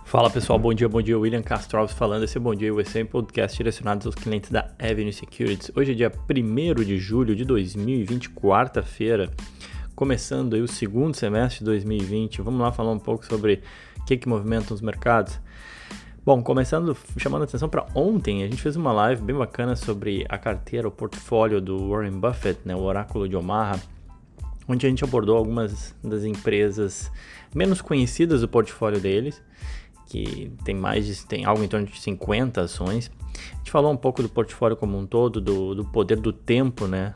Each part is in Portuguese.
Fala pessoal, bom dia, William Castro Alves falando, esse é Bom Dia USA, podcast direcionado aos clientes da Avenue Securities. Hoje é dia 1º de julho de 2020, quarta-feira, começando aí o segundo semestre de 2020. Vamos lá falar um pouco sobre o que movimenta os mercados. Bom, começando, chamando a atenção para ontem, a gente fez uma live bem bacana sobre a carteira, o portfólio do Warren Buffett, né, o oráculo de Omaha, onde a gente abordou algumas das empresas menos conhecidas do portfólio deles, que tem algo em torno de 50 ações. A gente falou um pouco do portfólio como um todo, do poder do tempo, né?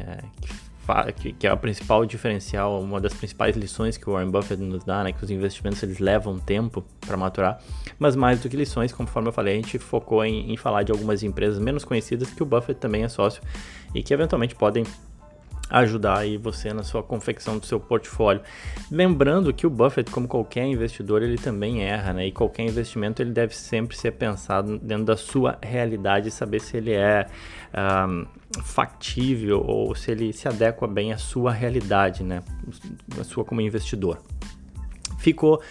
Que é o principal diferencial, uma das principais lições que o Warren Buffett nos dá, né? Que os investimentos eles levam tempo para maturar, mas mais do que lições, conforme eu falei, a gente focou em falar de algumas empresas menos conhecidas que o Buffett também é sócio e que eventualmente podem ajudar aí você na sua confecção do seu portfólio. Lembrando que o Buffett, como qualquer investidor, ele também erra, né? E qualquer investimento ele deve sempre ser pensado dentro da sua realidade, saber se ele é factível ou se ele se adequa bem à sua realidade, né? A sua como investidor. Ficou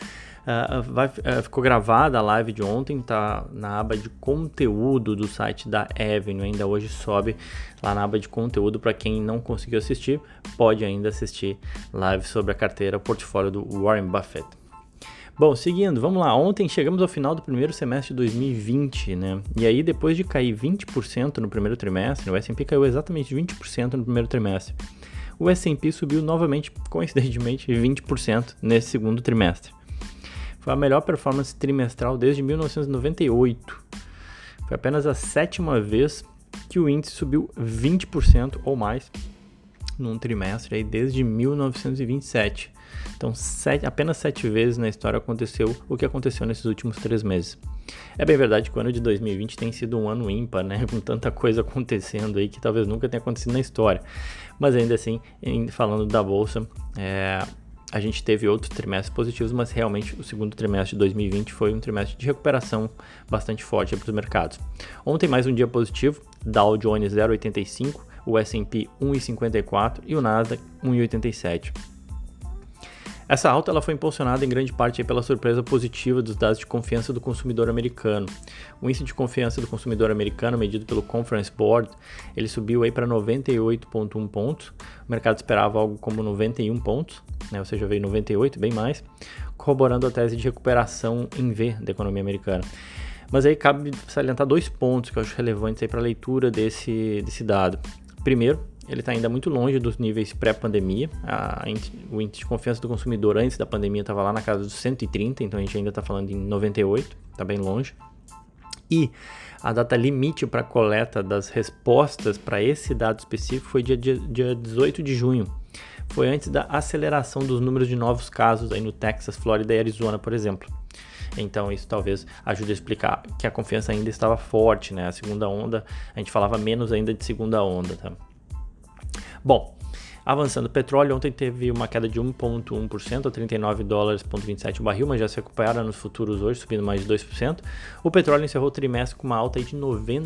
gravada a live de ontem, tá na aba de conteúdo do site da Avenue, ainda hoje sobe lá na aba de conteúdo. Para quem não conseguiu assistir, pode ainda assistir live sobre a carteira, o portfólio do Warren Buffett. Bom, seguindo, vamos lá. Ontem chegamos ao final do primeiro semestre de 2020, né? E aí, depois de cair 20% no primeiro trimestre, o S&P caiu exatamente 20% no primeiro trimestre. O S&P subiu novamente, coincidentemente, 20% nesse segundo trimestre. Foi a melhor performance trimestral desde 1998. Foi apenas a 7ª vez que o índice subiu 20% ou mais num trimestre aí desde 1927. Então, apenas 7 vezes na história aconteceu o que aconteceu nesses últimos 3 meses. É bem verdade que o ano de 2020 tem sido um ano ímpar, né? Com tanta coisa acontecendo aí que talvez nunca tenha acontecido na história. Mas ainda assim, falando da Bolsa, a gente teve outros trimestres positivos, mas realmente o segundo trimestre de 2020 foi um trimestre de recuperação bastante forte para os mercados. Ontem mais um dia positivo, Dow Jones 0,85, o S&P 1,54 e o Nasdaq 1,87. Essa alta ela foi impulsionada em grande parte pela surpresa positiva dos dados de confiança do consumidor americano. O índice de confiança do consumidor americano, medido pelo Conference Board, ele subiu aí para 98,1 pontos. O mercado esperava algo como 91 pontos, né? Ou seja, veio 98, bem mais, corroborando a tese de recuperação em V da economia americana. Mas aí cabe salientar 2 pontos que eu acho relevantes para a leitura desse dado. Primeiro, ele está ainda muito longe dos níveis pré-pandemia. O índice de confiança do consumidor antes da pandemia estava lá na casa dos 130, então a gente ainda está falando em 98, está bem longe. E a data limite para a coleta das respostas para esse dado específico foi dia 18 de junho. Foi antes da aceleração dos números de novos casos aí no Texas, Flórida e Arizona, por exemplo. Então isso talvez ajude a explicar que a confiança ainda estava forte, né? A segunda onda, a gente falava menos ainda de segunda onda, tá? Bom, avançando, o petróleo ontem teve uma queda de 1,1% a $39,27 o barril, mas já se recupera nos futuros hoje, subindo mais de 2%. O petróleo encerrou o trimestre com uma alta de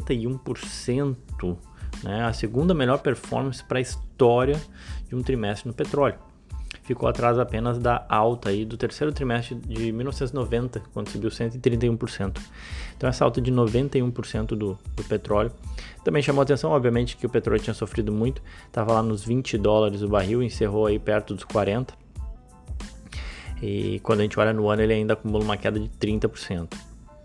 91%, né? A segunda melhor performance para a história de um trimestre no petróleo. Ficou atrás apenas da alta aí do terceiro trimestre de 1990, quando subiu 131%. Então essa alta de 91% do petróleo também chamou a atenção, obviamente, que o petróleo tinha sofrido muito, estava lá nos $20 o barril, encerrou aí perto dos 40%. E quando a gente olha no ano, ele ainda acumula uma queda de 30%.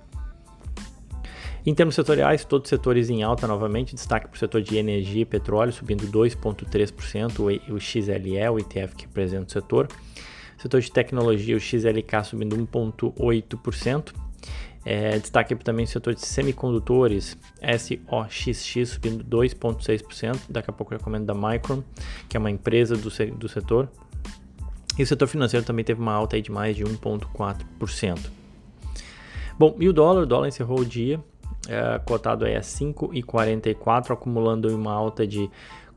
Em termos setoriais, todos os setores em alta novamente, destaque para o setor de energia e petróleo, subindo 2,3%, o XLE, o ETF que representa o setor. Setor de tecnologia, o XLK subindo 1,8%. Destaque também o setor de semicondutores, SOXX subindo 2,6%. Daqui a pouco eu recomendo da Micron, que é uma empresa do setor. E o setor financeiro também teve uma alta aí de mais de 1,4%. Bom, e o dólar encerrou o dia cotado aí a 5,44, acumulando uma alta de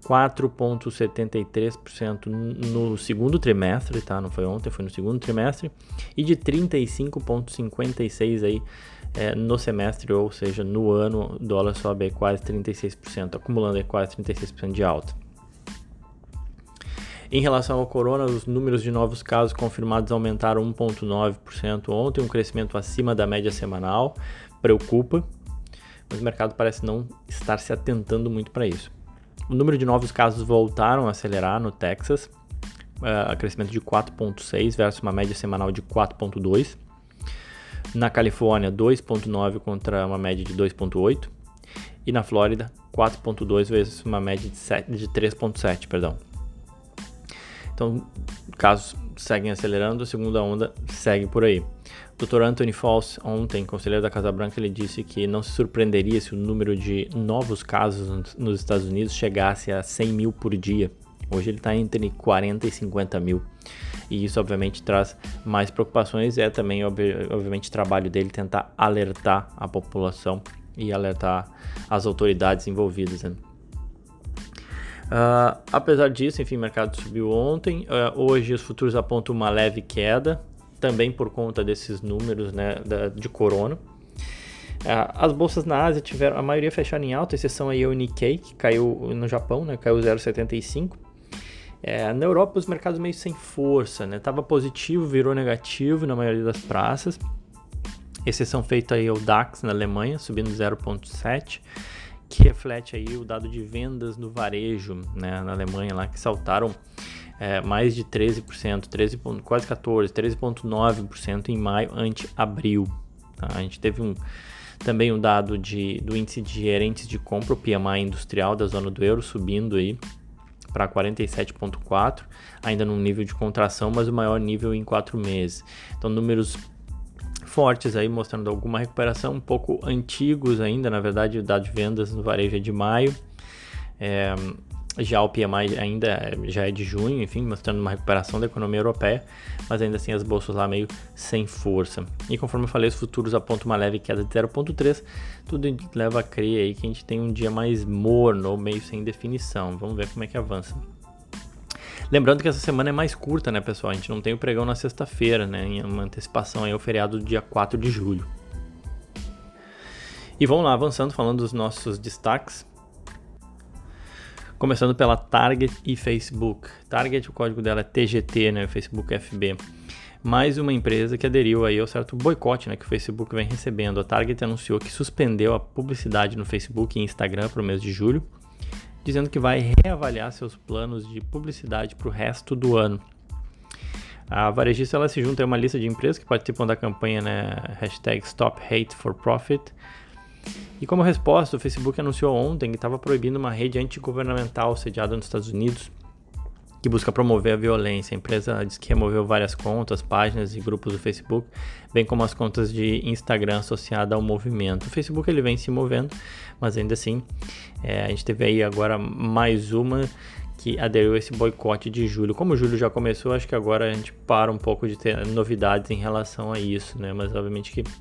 4,73% no segundo trimestre, tá? Não foi ontem, foi no segundo trimestre, e de 35,56% aí no semestre, ou seja, no ano, o dólar sobe aí quase 36%, acumulando aí quase 36% de alta. Em relação ao corona, os números de novos casos confirmados aumentaram 1,9% ontem, um crescimento acima da média semanal, preocupa, mas o mercado parece não estar se atentando muito para isso. O número de novos casos voltaram a acelerar no Texas, crescimento de 4,6 versus uma média semanal de 4,2. Na Califórnia, 2,9 contra uma média de 2,8. E na Flórida, 4,2 vezes uma média de 3,7, perdão. Então, casos seguem acelerando, a segunda onda segue por aí. O Dr. Anthony Fauci, ontem, conselheiro da Casa Branca, ele disse que não se surpreenderia se o número de novos casos nos Estados Unidos chegasse a 100 mil por dia. Hoje ele está entre 40 e 50 mil. E isso, obviamente, traz mais preocupações. É também, obviamente, trabalho dele tentar alertar a população e alertar as autoridades envolvidas, né? Apesar disso, enfim, o mercado subiu ontem. Hoje os futuros apontam uma leve queda, também por conta desses números, né, de corona. As bolsas na Ásia tiveram, a maioria fecharam em alta, exceção aí o Nikkei, que caiu no Japão, né, caiu 0,75. Na Europa os mercados meio sem força, né, tava positivo, virou negativo na maioria das praças. Exceção feita aí o DAX na Alemanha, subindo 0,7, que reflete aí o dado de vendas no varejo, né, na Alemanha, lá que saltaram mais de 13%, quase 14%, 13,9% em maio ante abril. Tá? A gente teve também um dado do índice de gerentes de compra, o PMI industrial da zona do euro, subindo aí para 47,4, ainda num nível de contração, mas o maior nível em 4 meses. Então, números fortes aí, mostrando alguma recuperação, um pouco antigos ainda, na verdade o dado de vendas no varejo é de maio, já o PMI ainda já é de junho, enfim, mostrando uma recuperação da economia europeia, mas ainda assim as bolsas lá meio sem força. E conforme eu falei, os futuros apontam uma leve queda de 0,3, tudo leva a crer aí que a gente tem um dia mais morno ou meio sem definição. Vamos ver como é que avança. Lembrando que essa semana é mais curta, né, pessoal? A gente não tem o pregão na sexta-feira, né? Em uma antecipação aí ao feriado do dia 4 de julho. E vamos lá, avançando, falando dos nossos destaques. Começando pela Target e Facebook. Target, o código dela é TGT, né? Facebook FB. Mais uma empresa que aderiu aí ao certo boicote, né, que o Facebook vem recebendo. A Target anunciou que suspendeu a publicidade no Facebook e Instagram para o mês de julho, dizendo que vai reavaliar seus planos de publicidade para o resto do ano. A varejista ela se junta a uma lista de empresas que participam da campanha, né, #StopHateForProfit. E como resposta, o Facebook anunciou ontem que estava proibindo uma rede antigovernamental sediada nos Estados Unidos que busca promover a violência. A empresa diz que removeu várias contas, páginas e grupos do Facebook, bem como as contas de Instagram associadas ao movimento. O Facebook ele vem se movendo, mas ainda assim, a gente teve aí agora mais uma que aderiu a esse boicote de julho. Como julho já começou, acho que agora a gente para um pouco de ter novidades em relação a isso, né? Mas obviamente que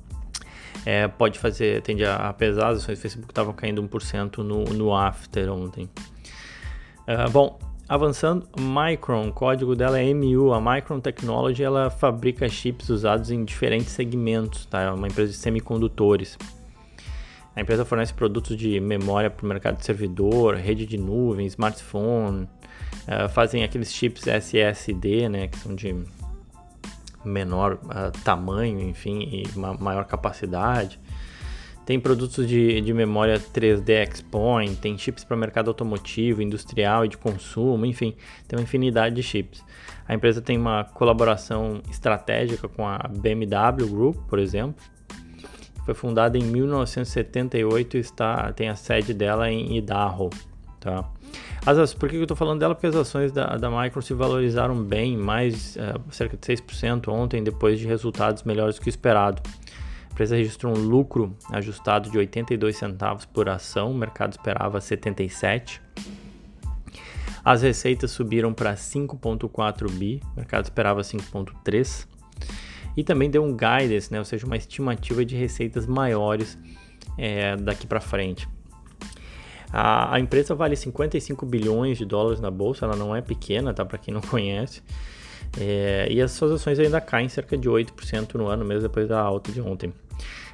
tende a pesar, as ações do Facebook estavam caindo 1% no after ontem. Avançando, Micron, o código dela é MU. A Micron Technology ela fabrica chips usados em diferentes segmentos, tá? É uma empresa de semicondutores. A empresa fornece produtos de memória para o mercado de servidor, rede de nuvem, smartphone, fazem aqueles chips SSD, né, que são de menor tamanho, enfim, e maior capacidade. Tem produtos de memória 3D X-Point, tem chips para mercado automotivo, industrial e de consumo, enfim, tem uma infinidade de chips. A empresa tem uma colaboração estratégica com a BMW Group, por exemplo. Foi fundada em 1978 e tem a sede dela em Idaho. Tá? Por que eu estou falando dela? Porque as ações da Micron se valorizaram bem, cerca de 6% ontem, depois de resultados melhores do que o esperado. A empresa registrou um lucro ajustado de 82 centavos por ação, o mercado esperava 77. As receitas subiram para 5,4 bi, o mercado esperava 5,3. E também deu um guidance, né, ou seja, uma estimativa de receitas maiores daqui para frente. A empresa vale 55 bilhões de dólares na bolsa, ela não é pequena, tá? Para quem não conhece. E as suas ações ainda caem cerca de 8% no ano, mesmo depois da alta de ontem.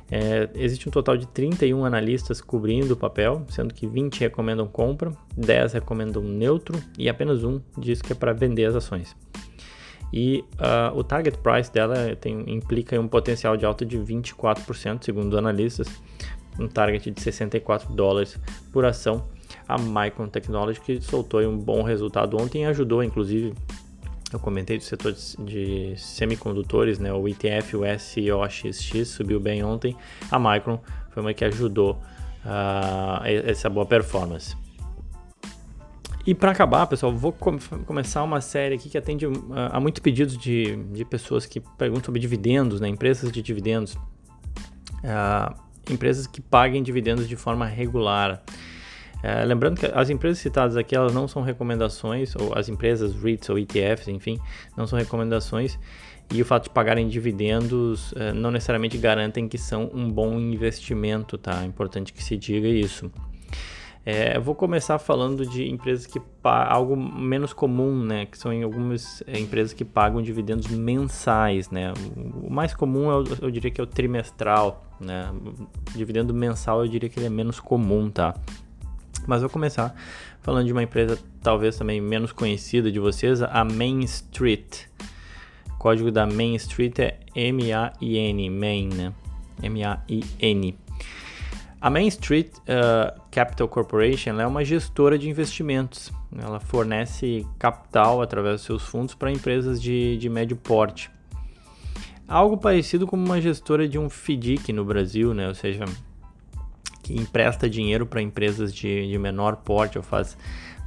Existe um total de 31 analistas cobrindo o papel, sendo que 20 recomendam compra, 10 recomendam neutro e apenas um diz que é para vender as ações. E o target price dela implica um potencial de alta de 24%, segundo os analistas, um target de $64 por ação. A Micron Technology, que soltou um bom resultado ontem, ajudou, inclusive, eu comentei do setor de semicondutores, né? O ETF, o SOXX, subiu bem ontem. A Micron foi uma que ajudou essa boa performance. E para acabar, pessoal, vou começar uma série aqui que atende a muitos pedidos de pessoas que perguntam sobre dividendos, né? Empresas de dividendos. Empresas que paguem dividendos de forma regular. Lembrando que as empresas citadas aqui, elas não são recomendações, ou as empresas REITs ou ETFs, enfim, não são recomendações, e o fato de pagarem dividendos não necessariamente garantem que são um bom investimento, tá? É importante que se diga isso. Eu vou começar falando de empresas que algo menos comum, né? Que são algumas empresas que pagam dividendos mensais, né? O mais comum eu diria que é o trimestral, né? O dividendo mensal eu diria que ele é menos comum, tá? Mas vou começar falando de uma empresa talvez também menos conhecida de vocês, a Main Street. O código da Main Street é MAIN, Main, né? MAIN. A Main Street Capital Corporation é uma gestora de investimentos. Ela fornece capital através dos seus fundos para empresas de médio porte. Algo parecido com uma gestora de um FDIC no Brasil, né? Ou seja, que empresta dinheiro para empresas de menor porte ou faz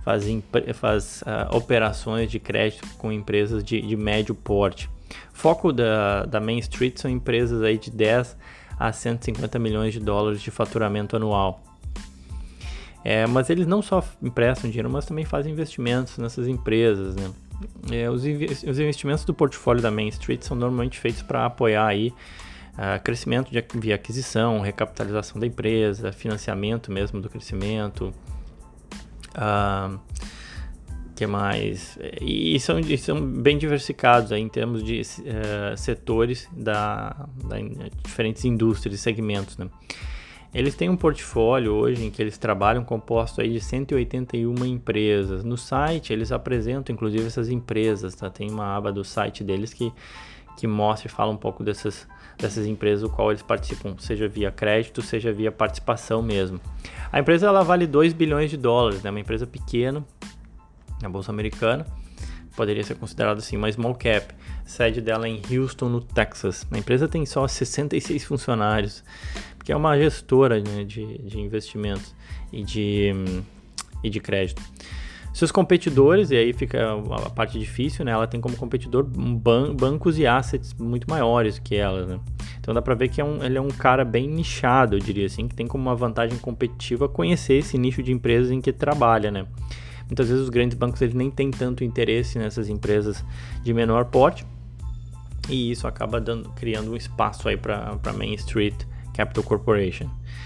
operações de crédito com empresas de médio porte. Foco da Main Street são empresas aí de 10 a 150 milhões de dólares de faturamento anual. Mas eles não só emprestam dinheiro, mas também fazem investimentos nessas empresas, né? Os investimentos do portfólio da Main Street são normalmente feitos para apoiar aí crescimento via aquisição, recapitalização da empresa, financiamento mesmo do crescimento, que mais? E são bem diversificados aí em termos de setores da diferentes indústrias e segmentos, né? Eles têm um portfólio hoje em que eles trabalham composto aí de 181 empresas. No site eles apresentam inclusive essas empresas, tá? Tem uma aba do site deles que mostra e fala um pouco dessas empresas do qual eles participam, seja via crédito, seja via participação mesmo. A empresa ela vale 2 bilhões de dólares, né? Uma empresa pequena na bolsa americana, poderia ser considerada assim uma small cap. A sede dela é em Houston, no Texas. A empresa tem só 66 funcionários, porque é uma gestora, né, de investimentos e de crédito. Seus competidores, e aí fica a parte difícil, né? Ela tem como competidor bancos e assets muito maiores que ela, né? Então dá pra ver que ele é um cara bem nichado, eu diria assim, que tem como uma vantagem competitiva conhecer esse nicho de empresas em que trabalha, né? Muitas vezes os grandes bancos eles nem têm tanto interesse nessas empresas de menor porte, e isso acaba criando um espaço aí para Main Street Capital Corporation.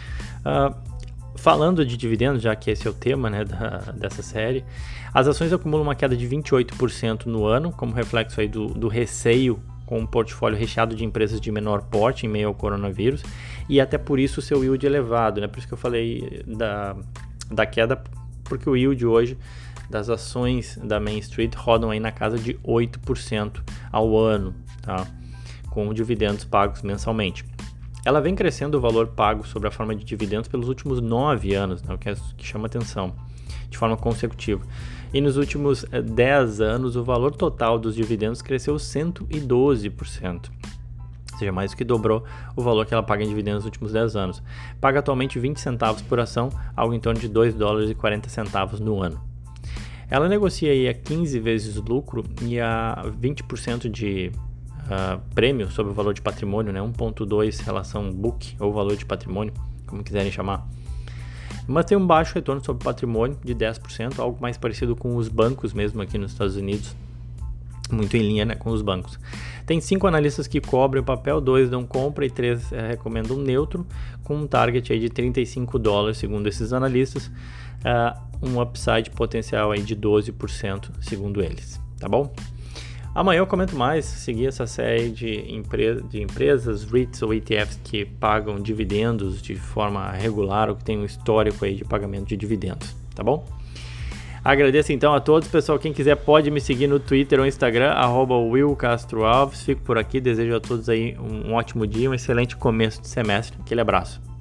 Falando de dividendos, já que esse é o tema, né, dessa série, as ações acumulam uma queda de 28% no ano, como reflexo aí do receio com um portfólio recheado de empresas de menor porte em meio ao coronavírus, e até por isso o seu yield elevado, né? Por isso que eu falei da queda, porque o yield hoje das ações da Main Street rodam aí na casa de 8% ao ano, tá? Com dividendos pagos mensalmente. Ela vem crescendo o valor pago sob a forma de dividendos pelos últimos 9 anos, né, o que chama atenção, de forma consecutiva. E nos últimos 10 anos, o valor total dos dividendos cresceu 112%. Ou seja, mais do que dobrou o valor que ela paga em dividendos nos últimos 10 anos. Paga atualmente 20 centavos por ação, algo em torno de 2 dólares e 40 centavos no ano. Ela negocia aí a 15 vezes lucro e a 20% de prêmio sobre o valor de patrimônio, né? 1.2 relação book ou valor de patrimônio, como quiserem chamar. Mas tem um baixo retorno sobre patrimônio de 10%, algo mais parecido com os bancos mesmo aqui nos Estados Unidos, muito em linha, né, com os bancos. Tem 5 analistas que cobrem o papel, 2 dão compra e 3 recomendam neutro, com um target aí de 35 dólares, segundo esses analistas, um upside potencial aí de 12%, segundo eles, tá bom? Amanhã eu comento mais, seguir essa série de empresas, REITs ou ETFs que pagam dividendos de forma regular ou que tem um histórico aí de pagamento de dividendos, tá bom? Agradeço então a todos, pessoal. Quem quiser pode me seguir no Twitter ou Instagram, @WillCastroAlves. Fico por aqui, desejo a todos aí um ótimo dia, um excelente começo de semestre. Aquele abraço.